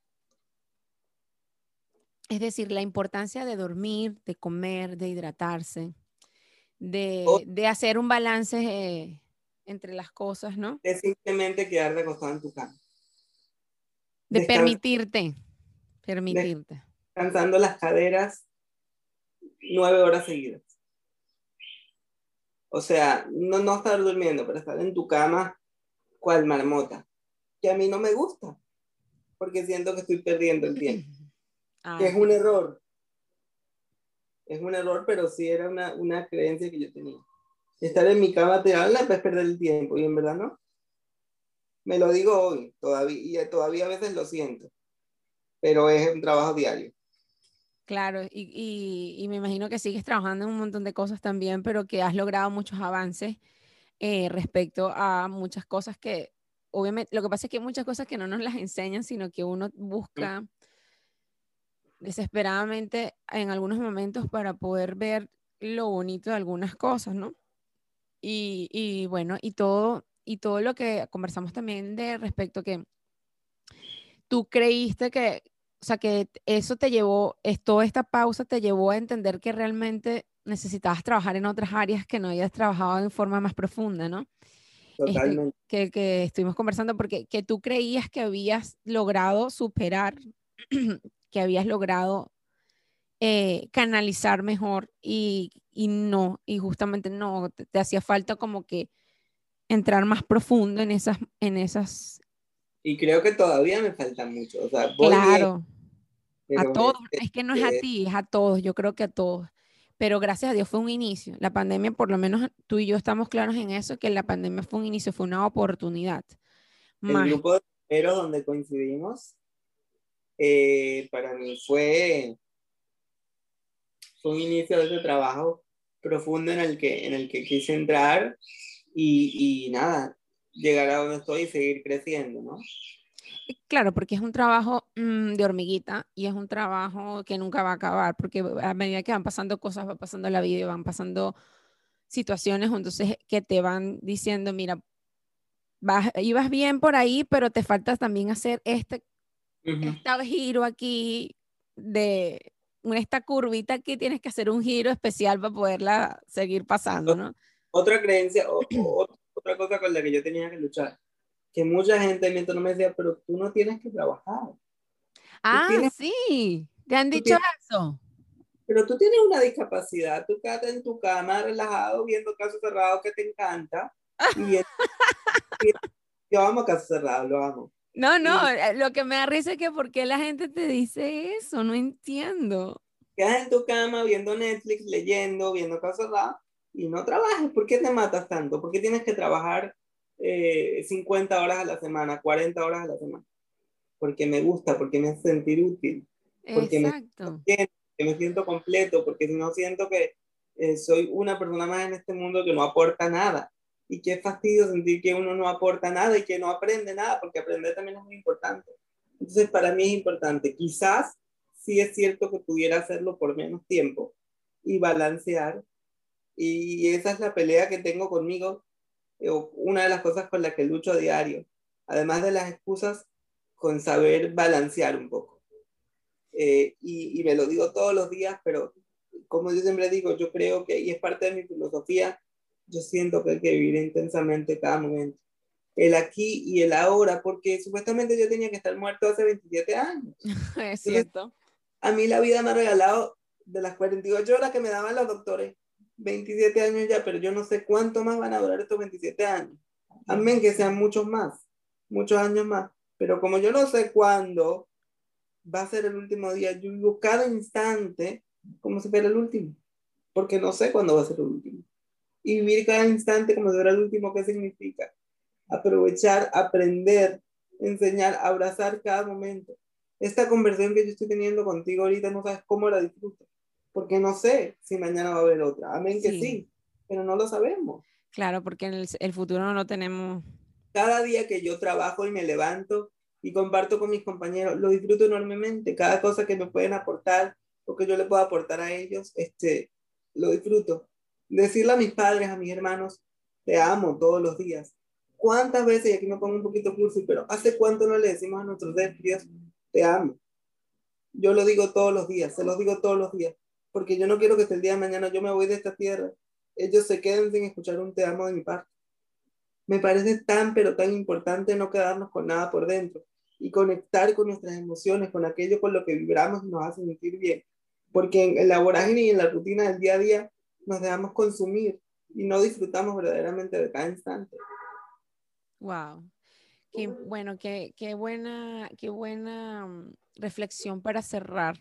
Es decir, la importancia de dormir, de comer, de hidratarse, O de, de hacer un balance eh, entre las cosas, ¿no? de simplemente quedarte acostado en tu cama. De Descans, permitirte, permitirte. descansando las caderas nueve horas seguidas. O sea, no, no estar durmiendo, pero estar en tu cama cual marmota, que a mí no me gusta, porque siento que estoy perdiendo el tiempo, que Ay, es un error, es un error, pero sí era una, una creencia que yo tenía. Estar en mi cama tirado en la es perder el tiempo, y en verdad no. Me lo digo hoy, todavía, y todavía a veces lo siento, pero es un trabajo diario. claro, y, y, y me imagino que sigues trabajando en un montón de cosas también, pero que has logrado muchos avances eh, respecto a muchas cosas que, obviamente, lo que pasa es que hay muchas cosas que no nos las enseñan, sino que uno busca desesperadamente en algunos momentos para poder ver lo bonito de algunas cosas, ¿no? Y, y bueno, y todo, y todo lo que conversamos también de respecto que tú creíste que, o sea, que eso te llevó, es, toda esta pausa te llevó a entender que realmente necesitabas trabajar en otras áreas que no habías trabajado en forma más profunda, ¿no? Este, Totalmente. que, que estuvimos conversando porque que tú creías que habías logrado superar, que habías logrado eh, canalizar mejor y, y no, y justamente no, te, te hacía falta como que entrar más profundo en esas, en esas, Y creo que todavía me falta mucho, o sea, voy bien, claro, a pero todos, es, es que no es a es ti, es a todos, yo creo que a todos. Pero gracias a Dios fue un inicio. La pandemia, por lo menos tú y yo estamos claros en eso, que la pandemia fue un inicio, fue una oportunidad. el Más, grupo de primeros donde coincidimos, eh, para mí fue, fue un inicio de ese trabajo profundo en el que, en el que quise entrar y, y nada, llegar a donde estoy y seguir creciendo, ¿no? Claro, porque es un trabajo mm, de hormiguita y es un trabajo que nunca va a acabar, porque a medida que van pasando cosas, va pasando la vida y van pasando situaciones, entonces que te van diciendo, mira, vas, ibas bien por ahí, pero te falta también hacer este, Ujú. este giro aquí de una- esta curvita aquí, tienes que hacer un giro especial para poderla seguir pasando, ¿no? Otra creencia, o, o- otra cosa con la que yo tenía que luchar, que mucha gente mientras no me decía, pero tú no tienes que trabajar, tú Ah, tienes, sí, te han tú dicho tienes, eso. pero tú tienes una discapacidad, tú quédate en tu cama relajado viendo casos cerrados que te encanta y viendo, yo amo casos cerrados, lo amo. No, no, Y eh, lo que me da risa es que ¿por qué la gente te dice eso? No entiendo. quedas en tu cama viendo Netflix, leyendo, viendo casos cerrados y no trabajes. ¿Por qué te matas tanto? ¿Por qué tienes que trabajar eh, cincuenta horas a la semana, cuarenta horas a la semana? Porque me gusta, porque me hace sentir útil, porque me siento Exacto. bien, que me siento completo, porque si no siento que eh, soy una persona más en este mundo que no aporta nada. Y qué fastidio sentir que uno no aporta nada y que no aprende nada, porque aprender también es muy importante. Entonces, para mí es importante. Quizás sí es cierto que pudiera hacerlo por menos tiempo y balancear. Y esa es la pelea que tengo conmigo, eh, una de las cosas con las que lucho a diario. Además de las excusas, con saber balancear un poco. Eh, y, y me lo digo todos los días, pero como yo siempre digo, yo creo que, y es parte de mi filosofía, yo siento que hay que vivir intensamente cada momento. El aquí y el ahora, porque supuestamente yo tenía que estar muerto hace veintisiete años. Es Entonces, cierto. a mí la vida me ha regalado de las cuarenta y ocho horas que me daban los doctores, veintisiete años ya, pero yo no sé cuánto más van a durar estos veintisiete años. Amén, que sean muchos más, muchos años más. Pero como yo no sé cuándo va a ser el último día, yo vivo cada instante como si fuera el último, porque no sé cuándo va a ser el último. Y vivir cada instante como si fuera el último, ¿qué significa? Aprovechar, aprender, enseñar, abrazar cada momento. Esta conversación que yo estoy teniendo contigo ahorita no sabes cómo la disfruto, porque no sé si mañana va a haber otra. Amén que Sí, sí, pero no lo sabemos. claro, porque en el, el futuro no lo tenemos. Cada día que yo trabajo y me levanto y comparto con mis compañeros, lo disfruto enormemente. Cada cosa que me pueden aportar o que yo le puedo aportar a ellos, este, lo disfruto. Decirle a mis padres, a mis hermanos, te amo todos los días. ¿Cuántas veces, y aquí me pongo un poquito cursi, pero hace cuánto no le decimos a nuestros seres queridos, te amo? Yo lo digo todos los días, se los digo todos los días, porque yo no quiero que hasta el día de mañana yo me voy de esta tierra, ellos se queden sin escuchar un te amo de mi parte. Me parece tan, pero tan importante no quedarnos con nada por dentro y conectar con nuestras emociones, con aquello con lo que vibramos y nos hace sentir bien. Porque en, en la vorágine y en la rutina del día a día nos dejamos consumir y no disfrutamos verdaderamente de cada instante. Wow. Qué, bueno, qué, qué buena, qué buena mm, reflexión para cerrar,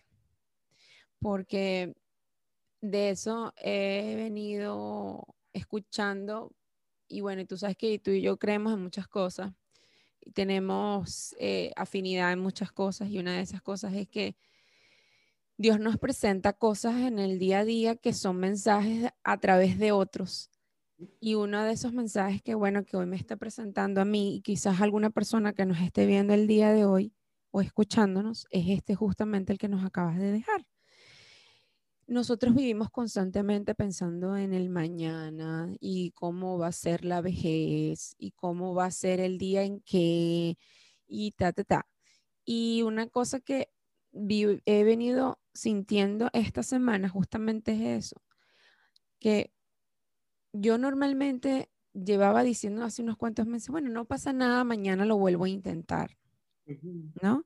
porque de eso he venido escuchando y bueno, y tú sabes que tú y yo creemos en muchas cosas y tenemos eh, afinidad en muchas cosas y una de esas cosas es que Dios nos presenta cosas en el día a día que son mensajes a través de otros. Y uno de esos mensajes que, bueno, que hoy me está presentando a mí y quizás alguna persona que nos esté viendo el día de hoy o escuchándonos, es este justamente el que nos acabas de dejar. Nosotros vivimos constantemente pensando en el mañana y cómo va a ser la vejez y cómo va a ser el día en que y ta, ta, ta. Y una cosa que vi- he venido sintiendo esta semana justamente es eso, que yo normalmente llevaba diciendo hace unos cuantos meses, bueno, no pasa nada, mañana lo vuelvo a intentar, Ujú. ¿no?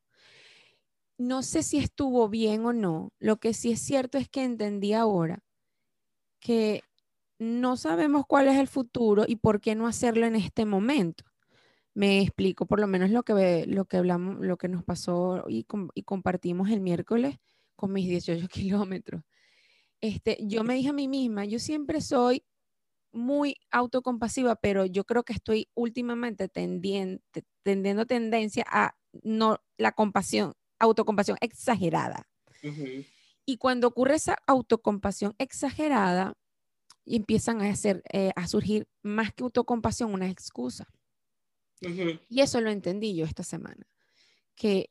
No sé si estuvo bien o no. Lo que sí es cierto es que entendí ahora que no sabemos cuál es el futuro y por qué no hacerlo en este momento. Me explico por lo menos lo que, lo que hablamos, lo que nos pasó y, com- y compartimos el miércoles con mis dieciocho kilómetros. Este, yo me dije a mí misma, yo siempre soy muy autocompasiva, pero yo creo que estoy últimamente tendiente, tendiendo tendencia a no la compasión, autocompasión exagerada. Ujú. Y cuando ocurre esa autocompasión exagerada, empiezan a, hacer, eh, a surgir más que autocompasión, una excusa. Ujú. Y eso lo entendí yo esta semana. que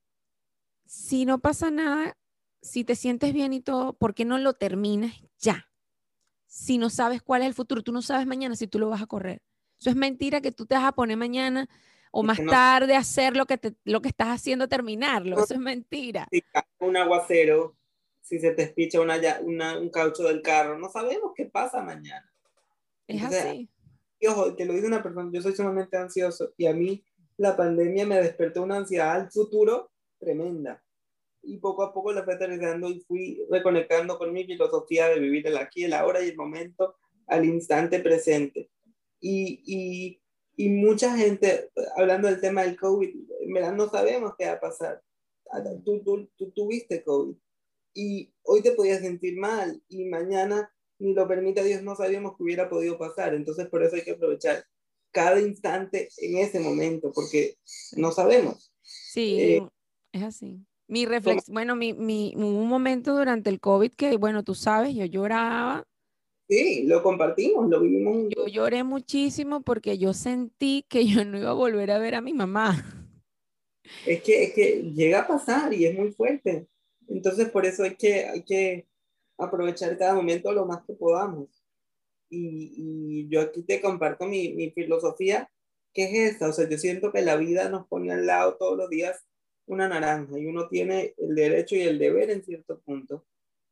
si no pasa nada, si te sientes bien y todo, ¿por qué no lo terminas ya? Si no sabes cuál es el futuro, tú no sabes mañana si tú lo vas a correr. Eso es mentira que tú te vas a poner mañana o Es más que no, tarde a hacer lo que, te, lo que estás haciendo, terminarlo. no Eso es mentira. si cae un aguacero, si se te espicha una, una, un caucho del carro, no sabemos qué pasa mañana. Es Entonces, así. y ojo, te lo dice una persona, yo soy sumamente ansioso y a mí la pandemia me despertó una ansiedad al futuro tremenda. Y poco a poco la fui aterrizando y fui reconectando con mi filosofía de vivir el aquí, el ahora y el momento al instante presente. Y, y, y mucha gente, hablando del tema del COVID, en verdad no sabemos qué va a pasar. Tú, tú, tú tuviste COVID y hoy te podías sentir mal y mañana, ni lo permita Dios, no sabíamos que hubiera podido pasar. Entonces por eso hay que aprovechar cada instante en ese momento, porque Sí, no sabemos. sí, Eh, es así. Mi reflexión, bueno, mi, mi, hubo un momento durante el COVID que, bueno, tú sabes, yo lloraba. sí, lo compartimos, lo vivimos Yo juntos. lloré muchísimo porque yo sentí que yo no iba a volver a ver a mi mamá. Es que, es que llega a pasar y es muy fuerte. Entonces por eso hay que, hay que aprovechar cada momento lo más que podamos. Y, y yo aquí te comparto mi, mi filosofía, que es esta. O sea, yo siento que la vida nos pone al lado todos los días una naranja y uno tiene el derecho y el deber en cierto punto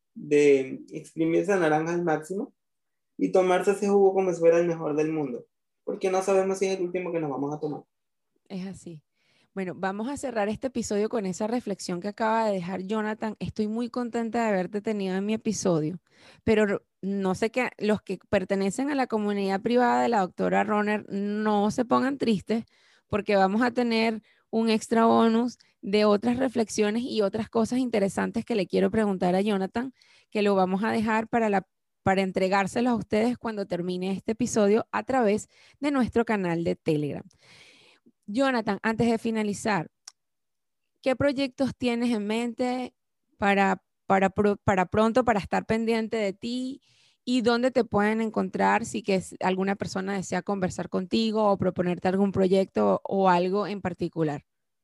de exprimir esa naranja al máximo y tomarse ese jugo como si fuera el mejor del mundo, porque no sabemos si es el último que nos vamos a tomar. Es así. Bueno, vamos a cerrar este episodio con esa reflexión que acaba de dejar Jonathan. Estoy muy contenta de haberte tenido en mi episodio, pero no sé que los que pertenecen a la comunidad privada de la doctora Roner no se pongan tristes porque vamos a tener un extra bonus de otras reflexiones y otras cosas interesantes que le quiero preguntar a Jonathan, que lo vamos a dejar para la para entregárselos a ustedes cuando termine este episodio a través de nuestro canal de Telegram. Jonathan, antes de finalizar, ¿qué proyectos tienes en mente para, para, para pronto, para estar pendiente de ti? ¿Y dónde te pueden encontrar si que alguna persona desea conversar contigo o proponerte algún proyecto o algo en particular?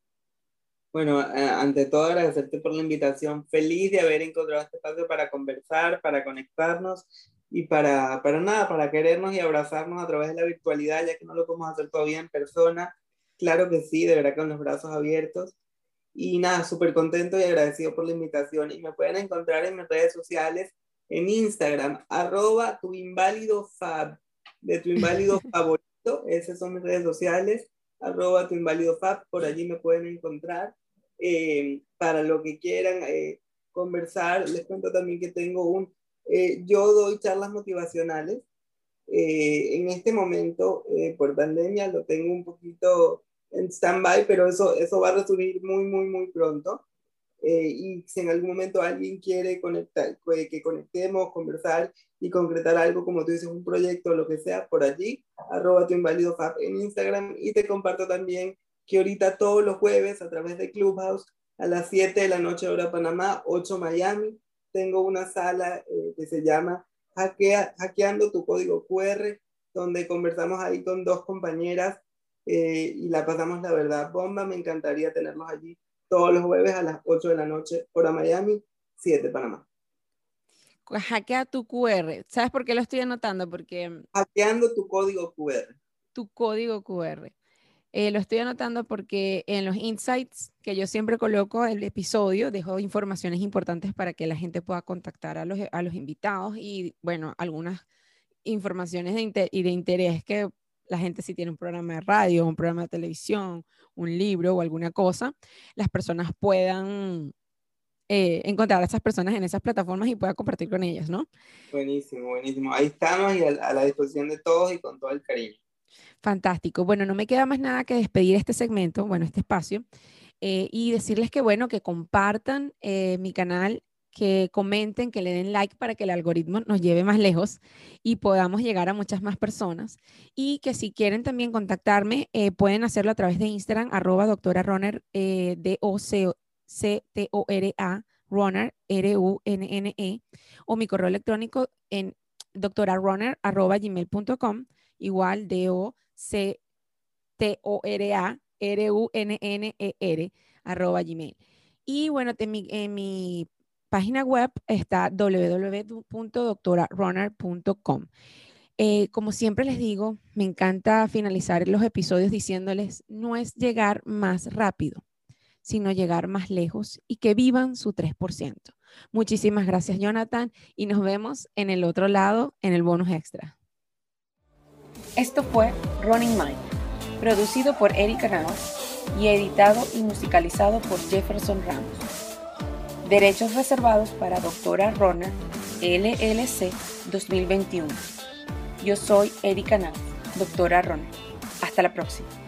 Bueno, eh, ante todo agradecerte por la invitación. Feliz de haber encontrado este espacio para conversar, para conectarnos y para, para nada, para querernos y abrazarnos a través de la virtualidad, ya que no lo podemos hacer todavía en persona. Claro que sí, de verdad con los brazos abiertos. Y nada, súper contento y agradecido por la invitación. Y me pueden encontrar en mis redes sociales, en Instagram, arroba tu inválido fab, de tu inválido favorito. Esas son mis redes sociales, arroba tu inválido fab, por allí me pueden encontrar. Eh, para lo que quieran eh, conversar, les cuento también que tengo un, eh, yo doy charlas motivacionales. Eh, en este momento, eh, por pandemia, lo tengo un poquito en stand-by, pero eso, eso va a resurgir muy, muy, muy pronto. Eh, y si en algún momento alguien quiere conectar, que, que conectemos, conversar y concretar algo, como tú dices, un proyecto o lo que sea, por allí, arroba tu inválido fab en Instagram. Y te comparto también que ahorita todos los jueves a través de Clubhouse a las siete de la noche hora Panamá, ocho Miami, tengo una sala eh, que se llama Hackea, Hackeando tu código Q R, donde conversamos ahí con dos compañeras eh, y la pasamos la verdad bomba. Me encantaría tenerlos allí todos los jueves a las ocho de la noche, hora Miami, siete Panamá. Hackea tu Q R. ¿Sabes por qué lo estoy anotando? Porque Hackeando tu código Q R. tu código Q R. Eh, lo estoy anotando porque en los insights que yo siempre coloco el episodio, dejo informaciones importantes para que la gente pueda contactar a los, a los invitados y, bueno, algunas informaciones de, inter y de interés que la gente si tiene un programa de radio, un programa de televisión, un libro o alguna cosa, las personas puedan eh, encontrar a esas personas en esas plataformas y pueda compartir con ellas, ¿no? Buenísimo, buenísimo. Ahí estamos y a, a la disposición de todos y con todo el cariño. Fantástico. Bueno, no me queda más nada que despedir este segmento, bueno, este espacio, eh, y decirles que, bueno, que compartan eh, mi canal, que comenten, que le den like para que el algoritmo nos lleve más lejos y podamos llegar a muchas más personas. Y que si quieren también contactarme, eh, pueden hacerlo a través de Instagram, arroba doctora Runner, eh, D O C T O R A, Runner, R U N N E, o mi correo electrónico en doctorarunner arroba gmail punto com, igual D O C T O R A R U N N E R arroba gmail. Y bueno, en mi, en mi página web está w w w punto doctora runner punto com. Eh, como siempre les digo, me encanta finalizar los episodios diciéndoles, no es llegar más rápido, sino llegar más lejos y que vivan su tres por ciento. Muchísimas gracias, Jonathan, y nos vemos en el otro lado, en el bonus extra. Esto fue Running Mind, producido por Erika Navas y editado y musicalizado por Jefferson Ramos. Derechos reservados para Doctora Runner, L L C dos mil veintiuno. Yo soy Erika Navas, Doctora Runner. Hasta la próxima.